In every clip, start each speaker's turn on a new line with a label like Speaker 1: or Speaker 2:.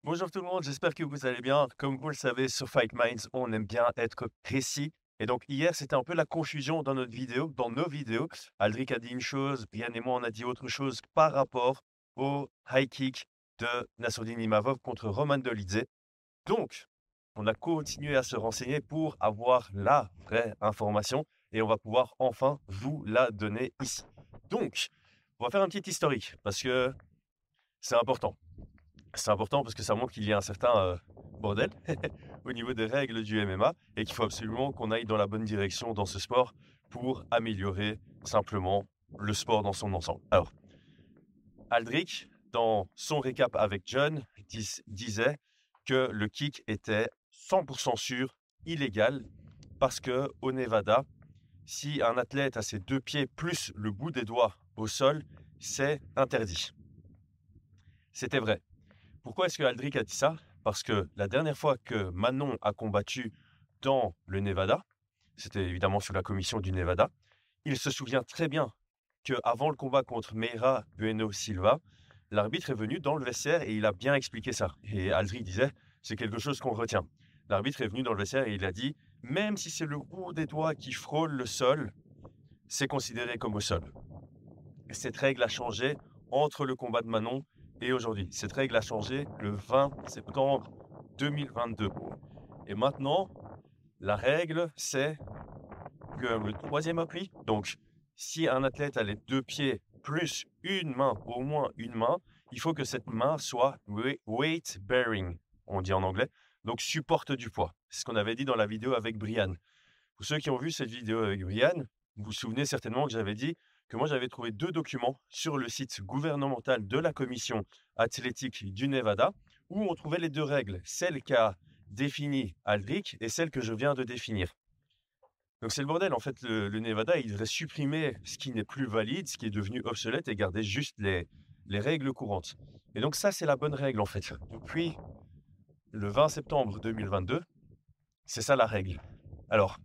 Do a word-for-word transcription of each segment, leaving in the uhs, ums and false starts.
Speaker 1: Bonjour tout le monde, j'espère que vous allez bien. Comme vous le savez, sur Fight Minds, on aime bien être précis. Et donc hier, c'était un peu la confusion dans notre vidéo, dans nos vidéos. Aldric a dit une chose, Brian et moi, on a dit autre chose par rapport au high kick de Nassourdine Imavov contre Roman Dolidze. Donc, on a continué à se renseigner pour avoir la vraie information et on va pouvoir enfin vous la donner ici. Donc, on va faire un petit historique parce que c'est important. C'est important parce que ça montre qu'il y a un certain euh, bordel au niveau des règles du M M A et qu'il faut absolument qu'on aille dans la bonne direction dans ce sport pour améliorer simplement le sport dans son ensemble. Alors, Aldric, dans son récap avec John, dis- disait que le kick était cent pour cent sûr, illégal, parce que au Nevada, si un athlète a ses deux pieds plus le bout des doigts au sol, c'est interdit. C'était vrai. Pourquoi est-ce que Aldric a dit ça? Parce que la dernière fois que Manon a combattu dans le Nevada, c'était évidemment sous la commission du Nevada, il se souvient très bien qu'avant le combat contre Meira Bueno Silva, l'arbitre est venu dans le vestiaire et il a bien expliqué ça. Et Aldric disait, c'est quelque chose qu'on retient. L'arbitre est venu dans le vestiaire et il a dit, même si c'est le bout des doigts qui frôle le sol, c'est considéré comme au sol. Et cette règle a changé entre le combat de Manon et aujourd'hui. Cette règle a changé le vingt septembre deux mille vingt-deux. Et maintenant, la règle, c'est que le troisième appui, donc si un athlète a les deux pieds plus une main, au moins une main, il faut que cette main soit weight bearing, on dit en anglais, donc supporte du poids. C'est ce qu'on avait dit dans la vidéo avec Brian. Pour ceux qui ont vu cette vidéo avec Brian, vous vous souvenez certainement que j'avais dit que moi j'avais trouvé deux documents sur le site gouvernemental de la commission athlétique du Nevada où on trouvait les deux règles, celle qu'a définie Aldric et celle que je viens de définir. Donc c'est le bordel, en fait, le, le Nevada, il devrait supprimer ce qui n'est plus valide, ce qui est devenu obsolète et garder juste les, les règles courantes. Et donc ça, c'est la bonne règle, en fait. Depuis le vingt septembre deux mille vingt-deux, c'est ça la règle. Alors,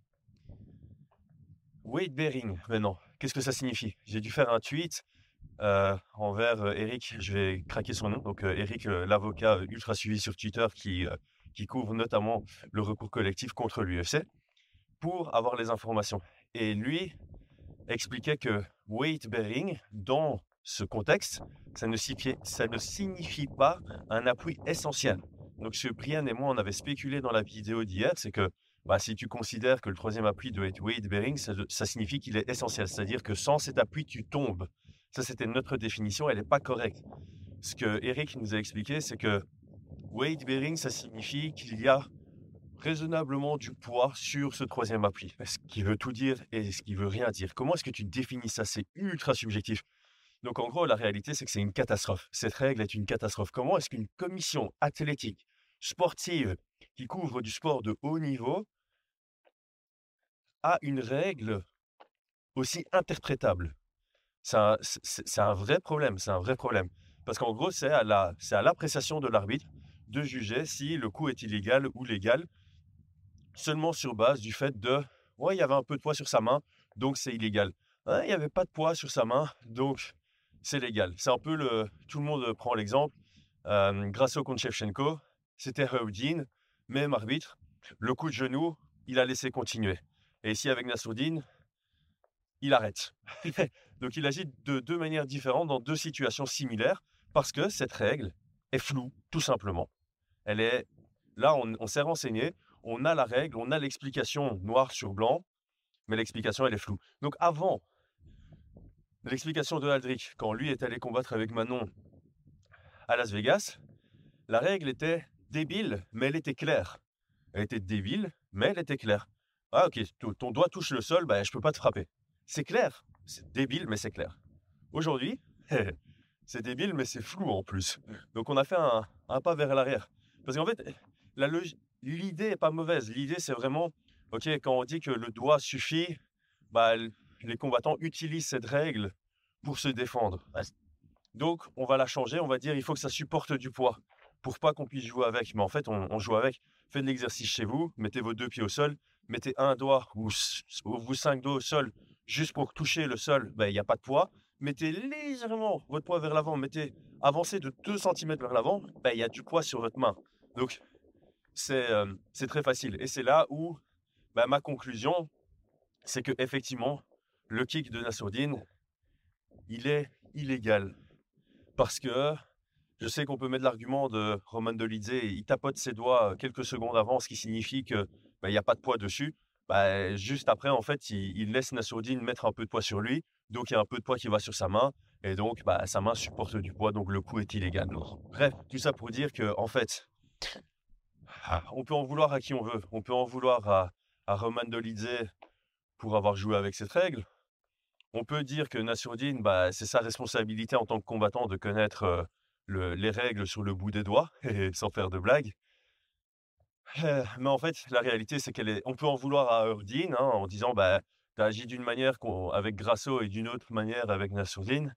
Speaker 1: weight bearing, maintenant, qu'est-ce que ça signifie? J'ai dû faire un tweet euh, envers euh, Eric, je vais craquer son nom, donc euh, Eric, euh, l'avocat ultra suivi sur Twitter qui, euh, qui couvre notamment le recours collectif contre l'U F C, pour avoir les informations. Et lui expliquait que weight bearing, dans ce contexte, ça ne signifie, ça ne signifie pas un appui essentiel. Donc ce que Brian et moi, on avait spéculé dans la vidéo d'hier, c'est que bah, si tu considères que le troisième appui doit être weight bearing, ça, ça signifie qu'il est essentiel. C'est-à-dire que sans cet appui, tu tombes. Ça, c'était notre définition, elle n'est pas correcte. Ce que Eric nous a expliqué, c'est que weight bearing, ça signifie qu'il y a raisonnablement du poids sur ce troisième appui. Ce qui veut tout dire et ce qui veut rien dire. Comment est-ce que tu définis ça? C'est ultra subjectif. Donc en gros, la réalité, c'est que c'est une catastrophe. Cette règle est une catastrophe. Comment est-ce qu'une commission athlétique, sportive, qui couvre du sport de haut niveau, a une règle aussi interprétable? C'est un, c'est, c'est un vrai problème, c'est un vrai problème. Parce qu'en gros, c'est à la, c'est à l'appréciation de l'arbitre de juger si le coup est illégal ou légal, seulement sur base du fait de « ouais, il y avait un peu de poids sur sa main, donc c'est illégal. Ouais, il n'y avait pas de poids sur sa main, donc c'est légal. » C'est un peu le... Tout le monde prend l'exemple. Euh, Grasso contre Shevchenko, c'était Raoudine, même arbitre. Le coup de genou, il a laissé continuer. Et ici, avec Nassourdine, il arrête. Donc il agit de deux manières différentes dans deux situations similaires parce que cette règle est floue, tout simplement. Elle est... Là, on, on s'est renseigné, on a la règle, on a l'explication noir sur blanc, mais l'explication, elle est floue. Donc avant l'explication de Aldric, quand lui est allé combattre avec Manon à Las Vegas, la règle était débile, mais elle était claire. Elle était débile, mais elle était claire. Ah ok, ton doigt touche le sol, bah, je peux pas te frapper. C'est clair, c'est débile, mais c'est clair. Aujourd'hui, c'est débile, mais c'est flou en plus. Donc on a fait un, un pas vers l'arrière. Parce qu'en fait, la logi- l'idée n'est pas mauvaise. L'idée, c'est vraiment, ok, quand on dit que le doigt suffit, bah, les combattants utilisent cette règle pour se défendre. Donc, on va la changer, on va dire, il faut que ça supporte du poids pour pas qu'on puisse jouer avec. Mais en fait, on, on joue avec. Faites de l'exercice chez vous, mettez vos deux pieds au sol, mettez un doigt ou, ou vous cinq doigts au sol juste pour toucher le sol, ben, il n'y a pas de poids. mettez légèrement votre poids vers l'avant, mettez avancez de deux centimètres vers l'avant, bah, il y a du poids sur votre main. Donc c'est, hem, c'est très facile et c'est là où, bah, ma conclusion, c'est qu'effectivement, le kick de Nassourdine, il est illégal. Parce que je sais qu'on peut mettre l'argument de Roman Dolidze, il tapote ses doigts euh, quelques secondes avant, ce qui signifie que bah, il n'y a pas de poids dessus. Bah, juste après, en fait, il, il laisse Nassourdine mettre un peu de poids sur lui, donc il y a un peu de poids qui va sur sa main, et donc bah, sa main supporte du poids, donc le coup est illégal. Bref, tout ça pour dire que en fait, ah, on peut en vouloir à qui on veut. On peut en vouloir à, à Roman Dolidze pour avoir joué avec cette règle. On peut dire que Nassourdine, bah, c'est sa responsabilité en tant que combattant de connaître euh, le- les règles sur le bout des doigts, et sans faire de blagues. Euh, mais en fait, la réalité, c'est qu'elle est. On peut en vouloir à Urdine, hein, en disant, bah, t'as agi d'une manière qu'on- avec Grasso et d'une autre manière avec Nassourdine.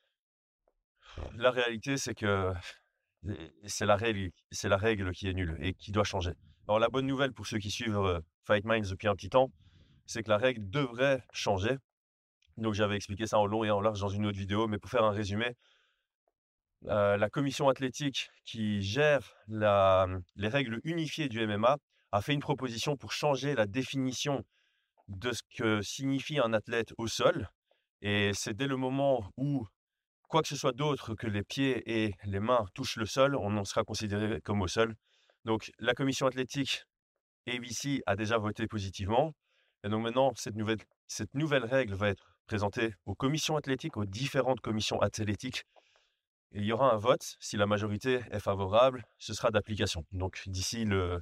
Speaker 1: La réalité, c'est que euh, c'est la règle, c'est la règle qui est nulle et qui doit changer. Alors, la bonne nouvelle pour ceux qui suivent euh, Fight Minds depuis un petit temps, c'est que la règle devrait changer. Donc, j'avais expliqué ça en long et en large dans une autre vidéo, mais pour faire un résumé, euh, la commission athlétique qui gère la- les règles unifiées du M M A a fait une proposition pour changer la définition de ce que signifie un athlète au sol. Et c'est dès le moment où quoi que ce soit d'autre que les pieds et les mains touchent le sol, on en sera considéré comme au sol. Donc la commission athlétique A B C a déjà voté positivement. Et donc maintenant, cette nouvelle, cette nouvelle règle va être présentée aux commissions athlétiques, aux différentes commissions athlétiques. Et il y aura un vote. Si la majorité est favorable, ce sera d'application. Donc d'ici le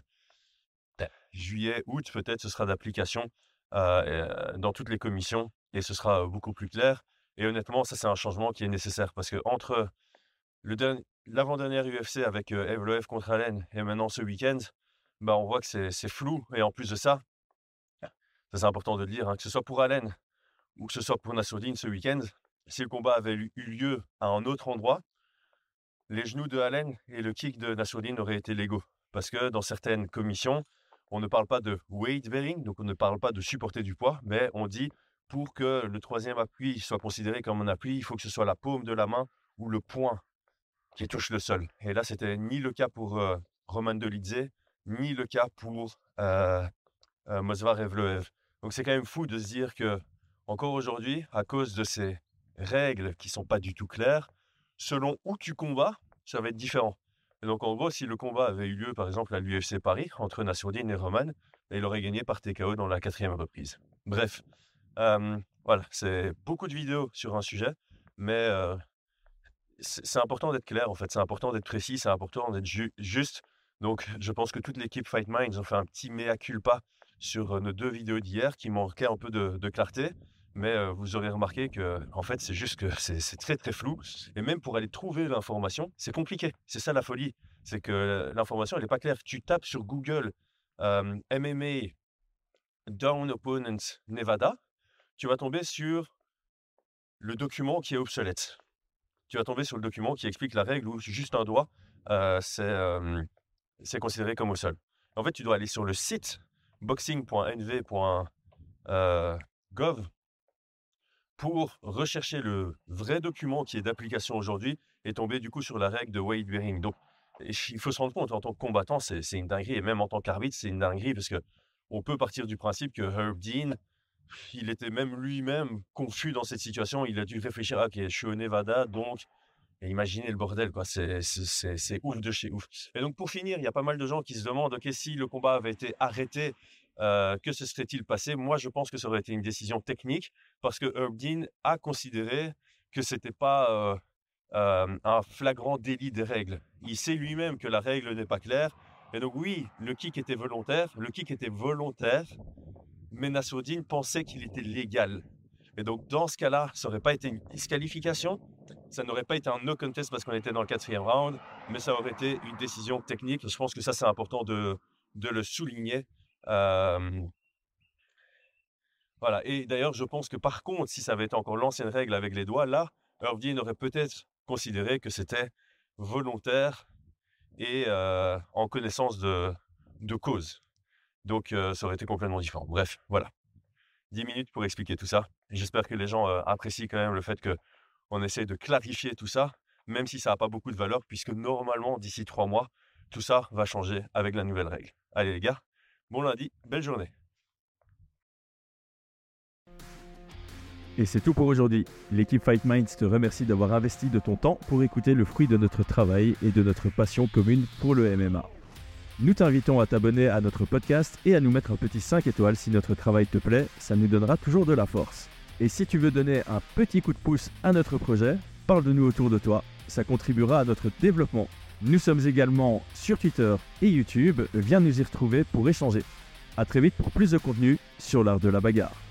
Speaker 1: juillet, août, peut-être, ce sera d'application euh, euh, dans toutes les commissions et ce sera euh, beaucoup plus clair. Et honnêtement, ça, c'est un changement qui est nécessaire parce que entre le derni- l'avant-dernière U F C avec euh, Evloev contre Allen et maintenant ce week-end, bah, on voit que c'est c'est flou. Et en plus de ça, ça c'est important de le dire, hein, que ce soit pour Allen ou que ce soit pour Nassourdine ce week-end, si le combat avait eu eu lieu à un autre endroit, les genoux de Allen et le kick de Nassourdine auraient été légaux. Parce que dans certaines commissions, on ne parle pas de weight bearing, donc on ne parle pas de supporter du poids, mais on dit pour que le troisième appui soit considéré comme un appui, il faut que ce soit la paume de la main ou le poing qui touche le sol. Et là, c'était ni le cas pour euh, Roman Dolidze, ni le cas pour euh, euh, Movsar Evloev. Donc c'est quand même fou de se dire que encore aujourd'hui, à cause de ces règles qui sont pas du tout claires, selon où tu combats, ça va être différent. Et donc en gros, si le combat avait eu lieu par exemple à l'U F C Paris entre Nassourdine et Roman, il aurait gagné par T K O dans la quatrième reprise. Bref, euh, voilà, c'est beaucoup de vidéos sur un sujet, mais euh, c'est c'est important d'être clair en fait, c'est important d'être précis, c'est important d'être ju- juste. Donc je pense que toute l'équipe Fight Minds ont fait un petit mea culpa sur euh, nos deux vidéos d'hier qui manquaient un peu de, de clarté. Mais euh, vous aurez remarqué que en fait c'est juste que c'est c'est très très flou. Et même pour aller trouver l'information, c'est compliqué. C'est ça la folie. C'est que euh, l'information elle n'est pas claire. Tu tapes sur Google euh, M M A Down Opponent Nevada, tu vas tomber sur le document qui est obsolète. Tu vas tomber sur le document qui explique la règle où juste un doigt, euh, c'est euh, c'est considéré comme au sol. En fait, tu dois aller sur le site boxing point n v point gov pour rechercher le vrai document qui est d'application aujourd'hui et tomber du coup sur la règle de weight bearing. Donc, il faut se rendre compte, en tant que combattant, c'est c'est une dinguerie, et même en tant qu'arbitre, c'est une dinguerie parce que on peut partir du principe que Herb Dean, il était même lui-même confus dans cette situation. Il a dû réfléchir, ah, ok, je suis au Nevada, donc et imaginez le bordel, quoi. C'est c'est c'est c'est ouf de chez ouf. Et donc pour finir, il y a pas mal de gens qui se demandent, OK, si le combat avait été arrêté, heu, que se serait-il passé? Moi, je pense que ça aurait été une décision technique parce que Herb Dean a considéré que c'était pas, heu, hem, un flagrant délit des règles. Il sait lui-même que la règle n'est pas claire et donc oui, le kick était volontaire, le kick était volontaire, mais Nassourdine pensait qu'il était légal. Et donc, dans ce cas-là, ça n'aurait pas été une disqualification, ça n'aurait pas été un no contest parce qu'on était dans le quatrième round, mais ça aurait été une décision technique. Je pense que ça, c'est important de, de le souligner. Euh, voilà. Et d'ailleurs, je pense que par contre, si ça avait été encore l'ancienne règle avec les doigts, là, Herb Dean aurait peut-être considéré que c'était volontaire et euh, en connaissance de, de cause. Donc, euh, ça aurait été complètement différent. Bref, voilà. dix minutes pour expliquer tout ça. J'espère que les gens euh, apprécient quand même le fait que On essaye de clarifier tout ça, même si ça n'a pas beaucoup de valeur, puisque normalement, d'ici trois mois, tout ça va changer avec la nouvelle règle. Allez les gars, bon lundi, belle journée.
Speaker 2: Et c'est tout pour aujourd'hui. L'équipe Fight Minds te remercie d'avoir investi de ton temps pour écouter le fruit de notre travail et de notre passion commune pour le M M A. Nous t'invitons à t'abonner à notre podcast et à nous mettre un petit cinq étoiles si notre travail te plaît, ça nous donnera toujours de la force. Et si tu veux donner un petit coup de pouce à notre projet, parle de nous autour de toi, ça contribuera à notre développement. Nous sommes également sur Twitter et YouTube, viens nous y retrouver pour échanger. A très vite pour plus de contenu sur l'art de la bagarre.